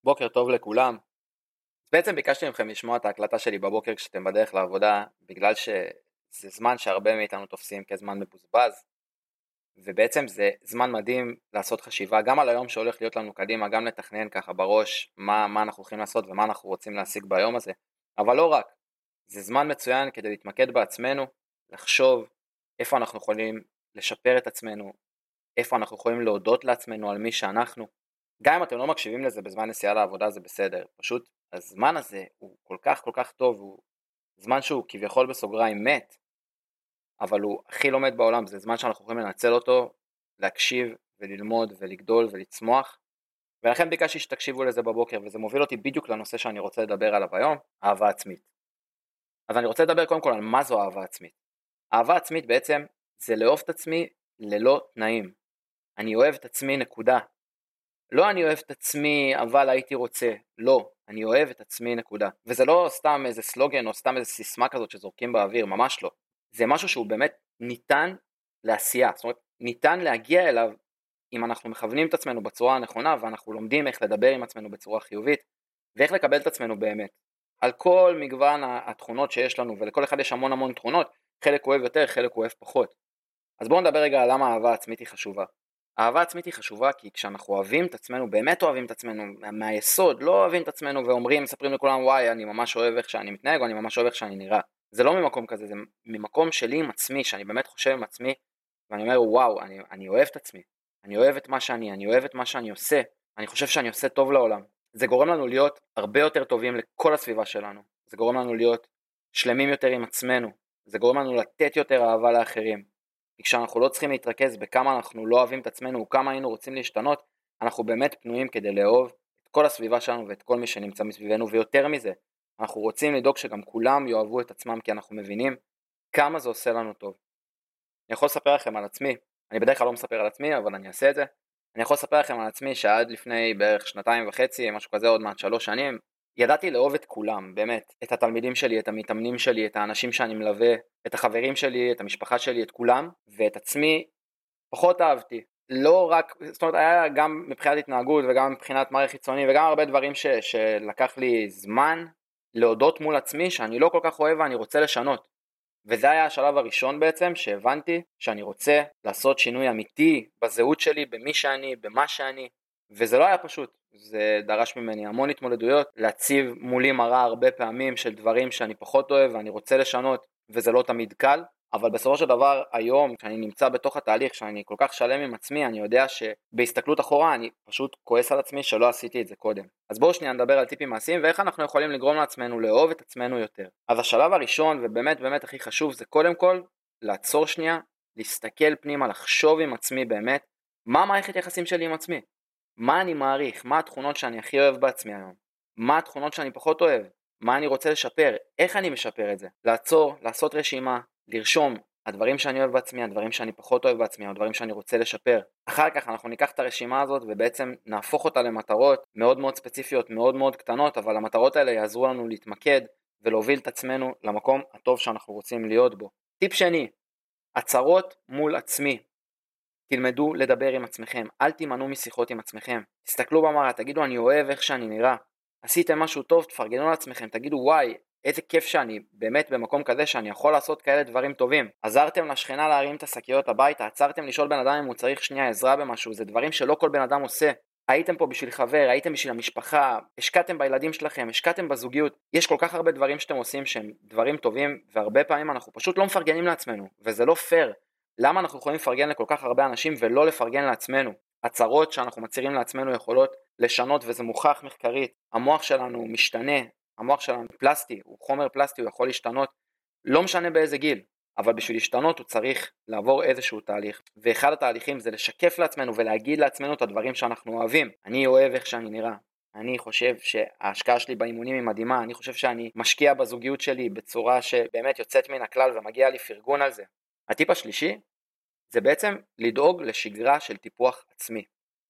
בוקר טוב לכולם. בעצם ביקשתי מכם לשמוע את ההקלטה שלי בבוקר כשאתם בדרך לעבודה, בגלל שזה זמן שהרבה מאיתנו תופסים כזמן מבוזבז, ובעצם זה זמן מדהים לעשות חשיבה גם על היום שהולך להיות לנו קדימה, גם לתכנן ככה בראש מה אנחנו הולכים לעשות ומה אנחנו רוצים להשיג ביום הזה, אבל לא רק, זה זמן מצוין כדי להתמקד בעצמנו, לחשוב איפה אנחנו יכולים לשפר את עצמנו, איפה אנחנו יכולים להודות לעצמנו על מי שאנחנו. גם אם אתם לא מקשיבים לזה בזמן נסיעה לעבודה זה בסדר, פשוט הזמן הזה הוא כל כך טוב, הוא זמן שהוא כביכול בסוגריים מת, אבל הוא הכי לא מת בעולם, זה זמן שאנחנו יכולים לנצל אותו, להקשיב וללמוד ולגדול ולצמוח, ולכן ביקשתי שתקשיבו לזה בבוקר, וזה מוביל אותי בדיוק לנושא שאני רוצה לדבר עליו היום, אהבה עצמית. אז אני רוצה לדבר קודם כל על מה זו אהבה עצמית. אהבה עצמית בעצם זה לאהוב את עצמי ללא תנאים. אני אוהב את עצמי נקודה. לא אני אוהב את עצמי אבל הייתי רוצה, לא, אני אוהב את עצמי נקודה. וזה לא סתם איזה סלוגן או סתם איזה סיסמה כזאת שזורקים באוויר, ממש לא. זה משהו שהוא באמת ניתן לעשייה, זאת אומרת ניתן להגיע אליו אם אנחנו מכוונים את עצמנו בצורה הנכונה ואנחנו לומדים איך לדבר עם עצמנו בצורה חיובית ואיך לקבל את עצמנו באמת. על כל מגוון התכונות שיש לנו, ולכל אחד יש המון תכונות, חלק אוהב יותר, חלק אוהב פחות. אז בואו נדבר רגע על למה האהבה עצמית היא חשובה. האהבה עצמית היא חשובה כי כשאנחנו אוהבים את עצמנו, באמת אוהבים את עצמנו מהיסוד, לא אוהבים את עצמנו ואומרים, מספרים לכולם, וואי, אני ממש אוהב איך שאני מתנהג, או אני ממש אוהב איך שאני נראה. זה לא ממקום כזה, זה ממקום שלי עם עצמי, שאני באמת חושב עם עצמי, ואני אומר, וואו, אני אוהב את עצמי, אני אוהב את מה שאני אוהב את מה שאני עושה, אני חושב שאני עושה טוב לעולם. זה גורם לנו להיות הרבה יותר טובים לכל הסביבה שלנו, זה גורם לנו להיות שלמים יותר עם עצמנו, זה גורם לנו לתת יותר אהבה לאחרים. כי כשאנחנו לא צריכים להתרכז בכמה אנחנו לא אוהבים את עצמנו או כמה היינו רוצים להשתנות, אנחנו באמת פנויים כדי לאהוב את כל הסביבה שלנו ואת כל מי שנמצא מסביבנו, ויותר מזה, אנחנו רוצים לדאוג שגם כולם יאהבו את עצמם, כי אנחנו מבינים כמה זה עושה לנו טוב. אני יכול לספר לכם על עצמי, אני בדרך כלל לא מספר על עצמי, אבל אני אעשה את זה. אני יכול לספר לכם על עצמי שעד לפני בערך 2.5, משהו כזה, עוד מעט 3 שנים, ידעתי לאהוב את כולם, באמת, את התלמידים שלי, את המתאמנים שלי, את האנשים שאני מלווה, את החברים שלי, את המשפחה שלי, את כולם, ואת עצמי פחות אהבתי. לא רק, זאת אומרת, היה גם מבחינת התנהגות וגם מבחינת מערכת חיצוני, וגם הרבה דברים שלקח לי זמן להודות מול עצמי, שאני לא כל כך אוהב ואני רוצה לשנות. וזה היה השלב הראשון בעצם, שהבנתי שאני רוצה לעשות שינוי אמיתי בזהות שלי, במי שאני, במה שאני, וזה לא היה פשוט. זה דרש ממני המון התמודדויות, להציב מולי מראה הרבה פעמים של דברים שאני פחות אוהב ואני רוצה לשנות, וזה לא תמיד קל, אבל בסופו של דבר היום, כשאני נמצא בתוך התהליך, שאני כל כך שלם עם עצמי, אני יודע שבהסתכלות אחורה אני פשוט כועס על עצמי שלא עשיתי את זה קודם. אז בואו שנייה נדבר על טיפים מעשיים, ואיך אנחנו יכולים לגרום לעצמנו לאהוב את עצמנו יותר. אז השלב הראשון, ובאמת הכי חשוב, זה קודם כל לעצור שנייה, להסתכל פנימה, לחשוב עם עצמי באמת, מה מערכת יחסים שלי עם עצמי? מה אני מעריך? מה התכונות שאני הכי אוהב בעצמי היום? מה התכונות שאני פחות אוהב? מה אני רוצה לשפר? איך אני משפר את זה? לעצור, לעשות רשימה, לרשום הדברים שאני אוהב בעצמי, הדברים שאני פחות אוהב בעצמי, הדברים שאני רוצה לשפר. אחר כך אנחנו ניקח את הרשימה הזאת ובעצם נהפוך אותה למטרות מאוד ספציפיות, מאוד קטנות, אבל המטרות האלה יעזרו לנו להתמקד ולהוביל את עצמנו למקום הטוב שאנחנו רוצים להיות בו. טיפ שני, עצרות מול עצמי. תלמדו לדבר עם עצמכם, אל תימנעו משיחות עם עצמכם. תסתכלו במראה, תגידו אני אוהב איך שאני נראה. עשיתם משהו טוב, תפרגנו לעצמכם, תגידו וואי, איזה כיף שאני באמת במקום כזה שאני יכול לעשות כאלה דברים טובים. עזרתם לשכנה להרים את השקיות הביתה, עצרתם לשאול בן אדם אם הוא צריך שנייה עזרה במשהו, זה דברים שלא כל בן אדם עושה. הייתם פה בשביל חבר, הייתם בשביל המשפחה, השקעתם בילדים שלכם, השקעתם בזוגיות. יש כל כך הרבה דברים שאתם עושים שהם דברים טובים, והרבה פעמים אנחנו פשוט לא מפרגנים לעצמנו, וזה לא פייר. למה אנחנו יכולים לפרגן לכל כך הרבה אנשים ולא לפרגן לעצמנו? הצהרות שאנחנו מצהירים לעצמנו יכולות לשנות, וזה מוכח מחקרית. המוח שלנו משתנה, המוח שלנו פלסטי, הוא חומר פלסטי, הוא יכול להשתנות, לא משנה באיזה גיל, אבל בשביל להשתנות הוא צריך לעבור איזשהו תהליך, ואחד התהליכים זה לשקף לעצמנו ולהגיד לעצמנו את הדברים שאנחנו אוהבים. אני אוהב איך שאני נראה, אני חושב שההשקעה שלי באימונים היא מדהימה, אני חושב שאני משקיע בזוגיות שלי בצורה שבאמת יוצאת מן הכלל ומגיע לי פרגון על זה. הטיפ השלישי זה בעצם לדאוג לשגרה של טיפוח עצמי.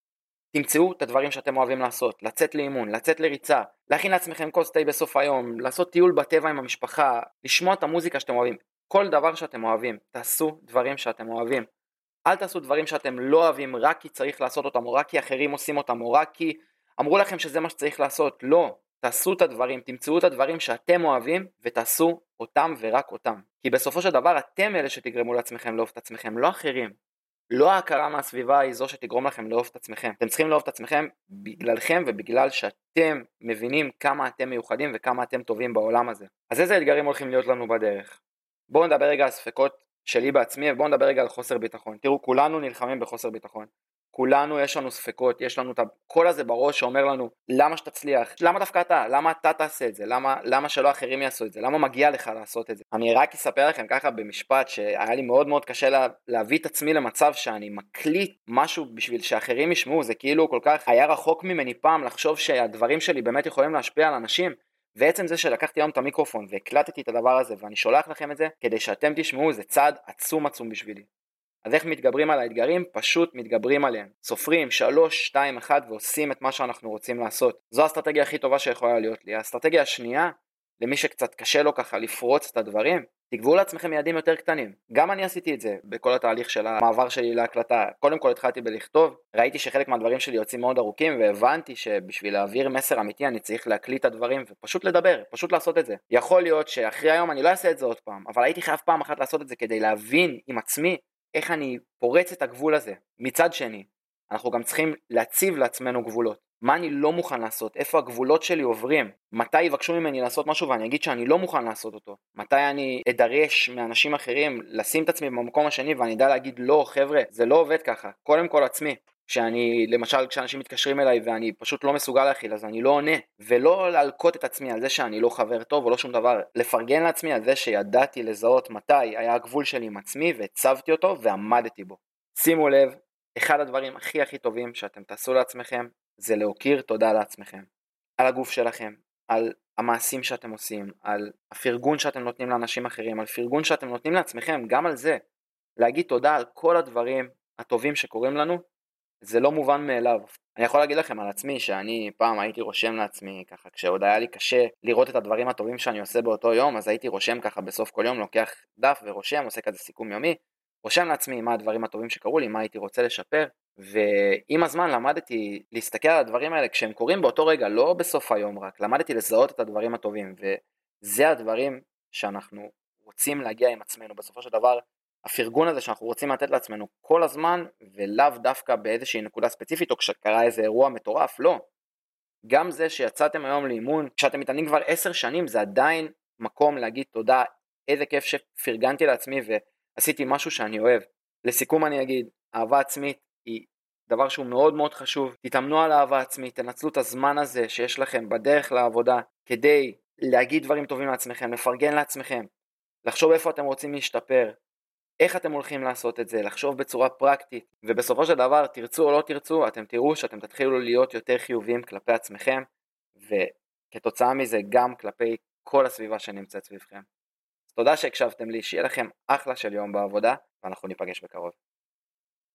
תמצאו את הדברים שאתם אוהבים לעשות, לצאת לאימון, לצאת לריצה, להכין לעצמכם כוס תה בסוף היום, לעשות טיול בטבע עם המשפחה, לשמוע את המוזיקה שאתם אוהבים, כל דבר שאתם אוהבים, תעשו דברים שאתם אוהבים. אל תעשו דברים שאתם לא אוהבים רק כי צריך לעשות אותם, או רק כי אחרים עושים אותם, או רק כי אמרו לכם שזה מה שצריך לעשות, לא, תעשו את הדברים, תמצאו את הדברים שאתם אוהבים ותעשו אותם ורק אותם. כי בסופו של דבר אתם אלה שתגרמו לעצמכם לאהוב את עצמכם, לא אחרים. לא ההכרה מהסביבה היא זו שתגרום לכם לאהוב את עצמכם. אתם צריכים לאהוב את עצמכם בגללכם ובגלל שאתם מבינים כמה אתם מיוחדים וכמה אתם טובים בעולם הזה. אז איזה אתגרים הולכים להיות לנו בדרך? בואו נדבר רגע על ספקות שלי בעצמי ובואו נדבר רגע על חוסר ביטחון. תראו, כולנו נלחמים בחוסר ביטחון. כולנו יש לנו ספקות, יש לנו את הקול הזה בראש שאומר לנו למה שתצליח, למה דווקא אתה, למה אתה תעשה את זה, למה שלא אחרים יעשו את זה, למה מגיע לך לעשות את זה. אני רק אספר לכם ככה במשפט שהיה לי מאוד מאוד קשה להביא את עצמי למצב שאני מקליט משהו בשביל שאחרים ישמעו, זה כאילו כל כך היה רחוק ממני פעם לחשוב שהדברים שלי באמת יכולים להשפיע על אנשים, ועצם זה שלקחתי היום את המיקרופון והקלטתי את הדבר הזה ואני שולח לכם את זה כדי שאתם תשמעו, זה צעד עצום בשבילי. אז איך מתגברים על האתגרים? פשוט מתגברים עליהם. סופרים 3, 2, 1 ועושים את מה שאנחנו רוצים לעשות. זו האסטרטגיה הכי טובה שיכולה להיות לי. האסטרטגיה השנייה, למי שקצת קשה לו ככה לפרוץ את הדברים, תקבעו לעצמכם יעדים יותר קטנים. גם אני עשיתי את זה בכל התהליך של המעבר שלי להקלטה. קודם כל התחלתי בלכתוב, ראיתי שחלק מהדברים שלי יוצאים מאוד ארוכים, והבנתי שבשביל להעביר מסר אמיתי אני צריך להקליט את הדברים ופשוט לדבר, פשוט לעשות את זה. יכול להיות שאחרי היום אני לא אעשה את זה עוד פעם, אבל הייתי חייב פעם אחת לעשות את זה כדי להבין עם עצמי איך אני פורץ את הגבול הזה. מצד שני, אנחנו גם צריכים להציב לעצמנו גבולות. מה אני לא מוכן לעשות? איפה הגבולות שלי עוברים? מתי יבקשו ממני לעשות משהו ואני אגיד שאני לא מוכן לעשות אותו? מתי אני אדרש מאנשים אחרים לשים את עצמי במקום השני ואני אדע להגיד לא, חבר'ה, זה לא עובד ככה. קודם כל עצמי. למשל כשאנשים מתקשרים אליי ואני פשוט לא מסוגל להכיל, אז אני לא עונה, ולא להלקות את עצמי על זה שאני לא חבר טוב או לא שום דבר, לפרגן לעצמי על זה שידעתי לזהות מתי היה הגבול שלי עם עצמי והצבתי אותו ועמדתי בו. שימו לב, אחד הדברים הכי טובים שאתם תעשו לעצמכם זה להוקיר תודה לעצמכם, על הגוף שלכם, על המעשים שאתם עושים, על הפרגון שאתם נותנים לאנשים אחרים, על פרגון שאתם נותנים לעצמכם, גם על זה, להגיד תודה על כל הדברים הטובים שקורים לנו, זה לא מובן מאליו. אני יכול להגיד לכם על עצמי שאני פעם הייתי רושם לעצמי ככה, כשעוד היה לי קשה לראות את הדברים הטובים שאני עושה באותו יום, אז הייתי רושם ככה בסוף כל יום, לוקח דף ורושם, עושה כזה סיכום יומי, רושם לעצמי מה הדברים הטובים שקרו לי, מה הייתי רוצה לשפר, ועם הזמן למדתי להסתכל על הדברים האלה כשהם קורים באותו רגע, לא בסוף היום רק, למדתי לזהות את הדברים הטובים, וזה הדברים שאנחנו רוצים להגיע עם עצמנו בסופו של דבר. הפרגון הזה שאנחנו רוצים לתת לעצמנו כל הזמן, ולאו דווקא באיזושהי נקודה ספציפית, או כשקרה איזה אירוע מטורף, לא. גם זה שיצאתם היום לאימון, כשאתם מתאמנים כבר 10 שנים, זה עדיין מקום להגיד תודה, איזה כיף שפרגנתי לעצמי ועשיתי משהו שאני אוהב. לסיכום אני אגיד, אהבה עצמית היא דבר שהוא מאוד מאוד חשוב, תתאמנו על אהבה עצמית, תנצלו את הזמן הזה שיש לכם בדרך לעבודה, כדי להגיד דברים טובים לעצמכם, לפרגן לעצמכם, לחשוב איפה אתם רוצים להשתפר, איך אתם הולכים לעשות את זה, לחשוב בצורה פרקטית, ובסופו של דבר, תרצו או לא תרצו, אתם תראו שאתם תתחילו להיות יותר חיוביים כלפי עצמכם, וכתוצאה מזה גם כלפי כל הסביבה שנמצאת סביבכם. אז תודה שהקשבתם לי, שיהיה לכם אחלה של יום בעבודה, ואנחנו ניפגש בקרוב.